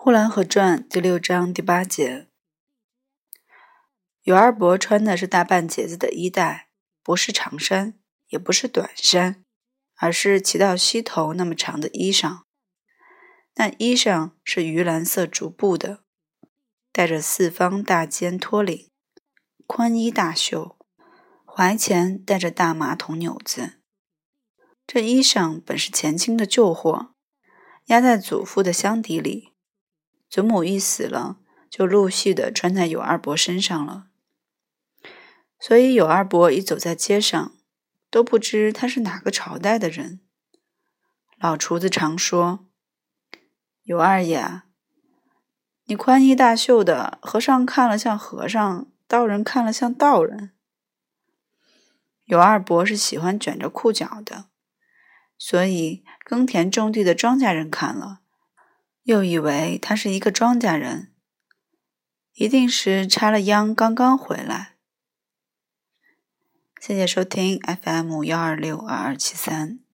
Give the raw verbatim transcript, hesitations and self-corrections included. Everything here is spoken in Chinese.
呼兰河传第六章第八节，有二伯穿的是大半截子的衣带，不是长衫，也不是短衫，而是齐到膝头那么长的衣裳。那衣裳是鱼蓝色竹布的，带着四方大尖托领，宽衣大袖，怀前带着大马桶纽子。这衣裳本是前清的旧货，压在祖父的箱底里，祖母一死了，就陆续的穿在有二伯身上了。所以有二伯一走在街上，都不知他是哪个朝代的人。老厨子常说：“有二爷啊，你宽衣大袖的，和尚看了像和尚，道人看了像道人。”有二伯是喜欢卷着裤脚的，所以耕田种地的庄稼人看了，又以为他是一个庄稼人，一定是插了秧刚刚回来。谢谢收听 F M 一二六二二七三。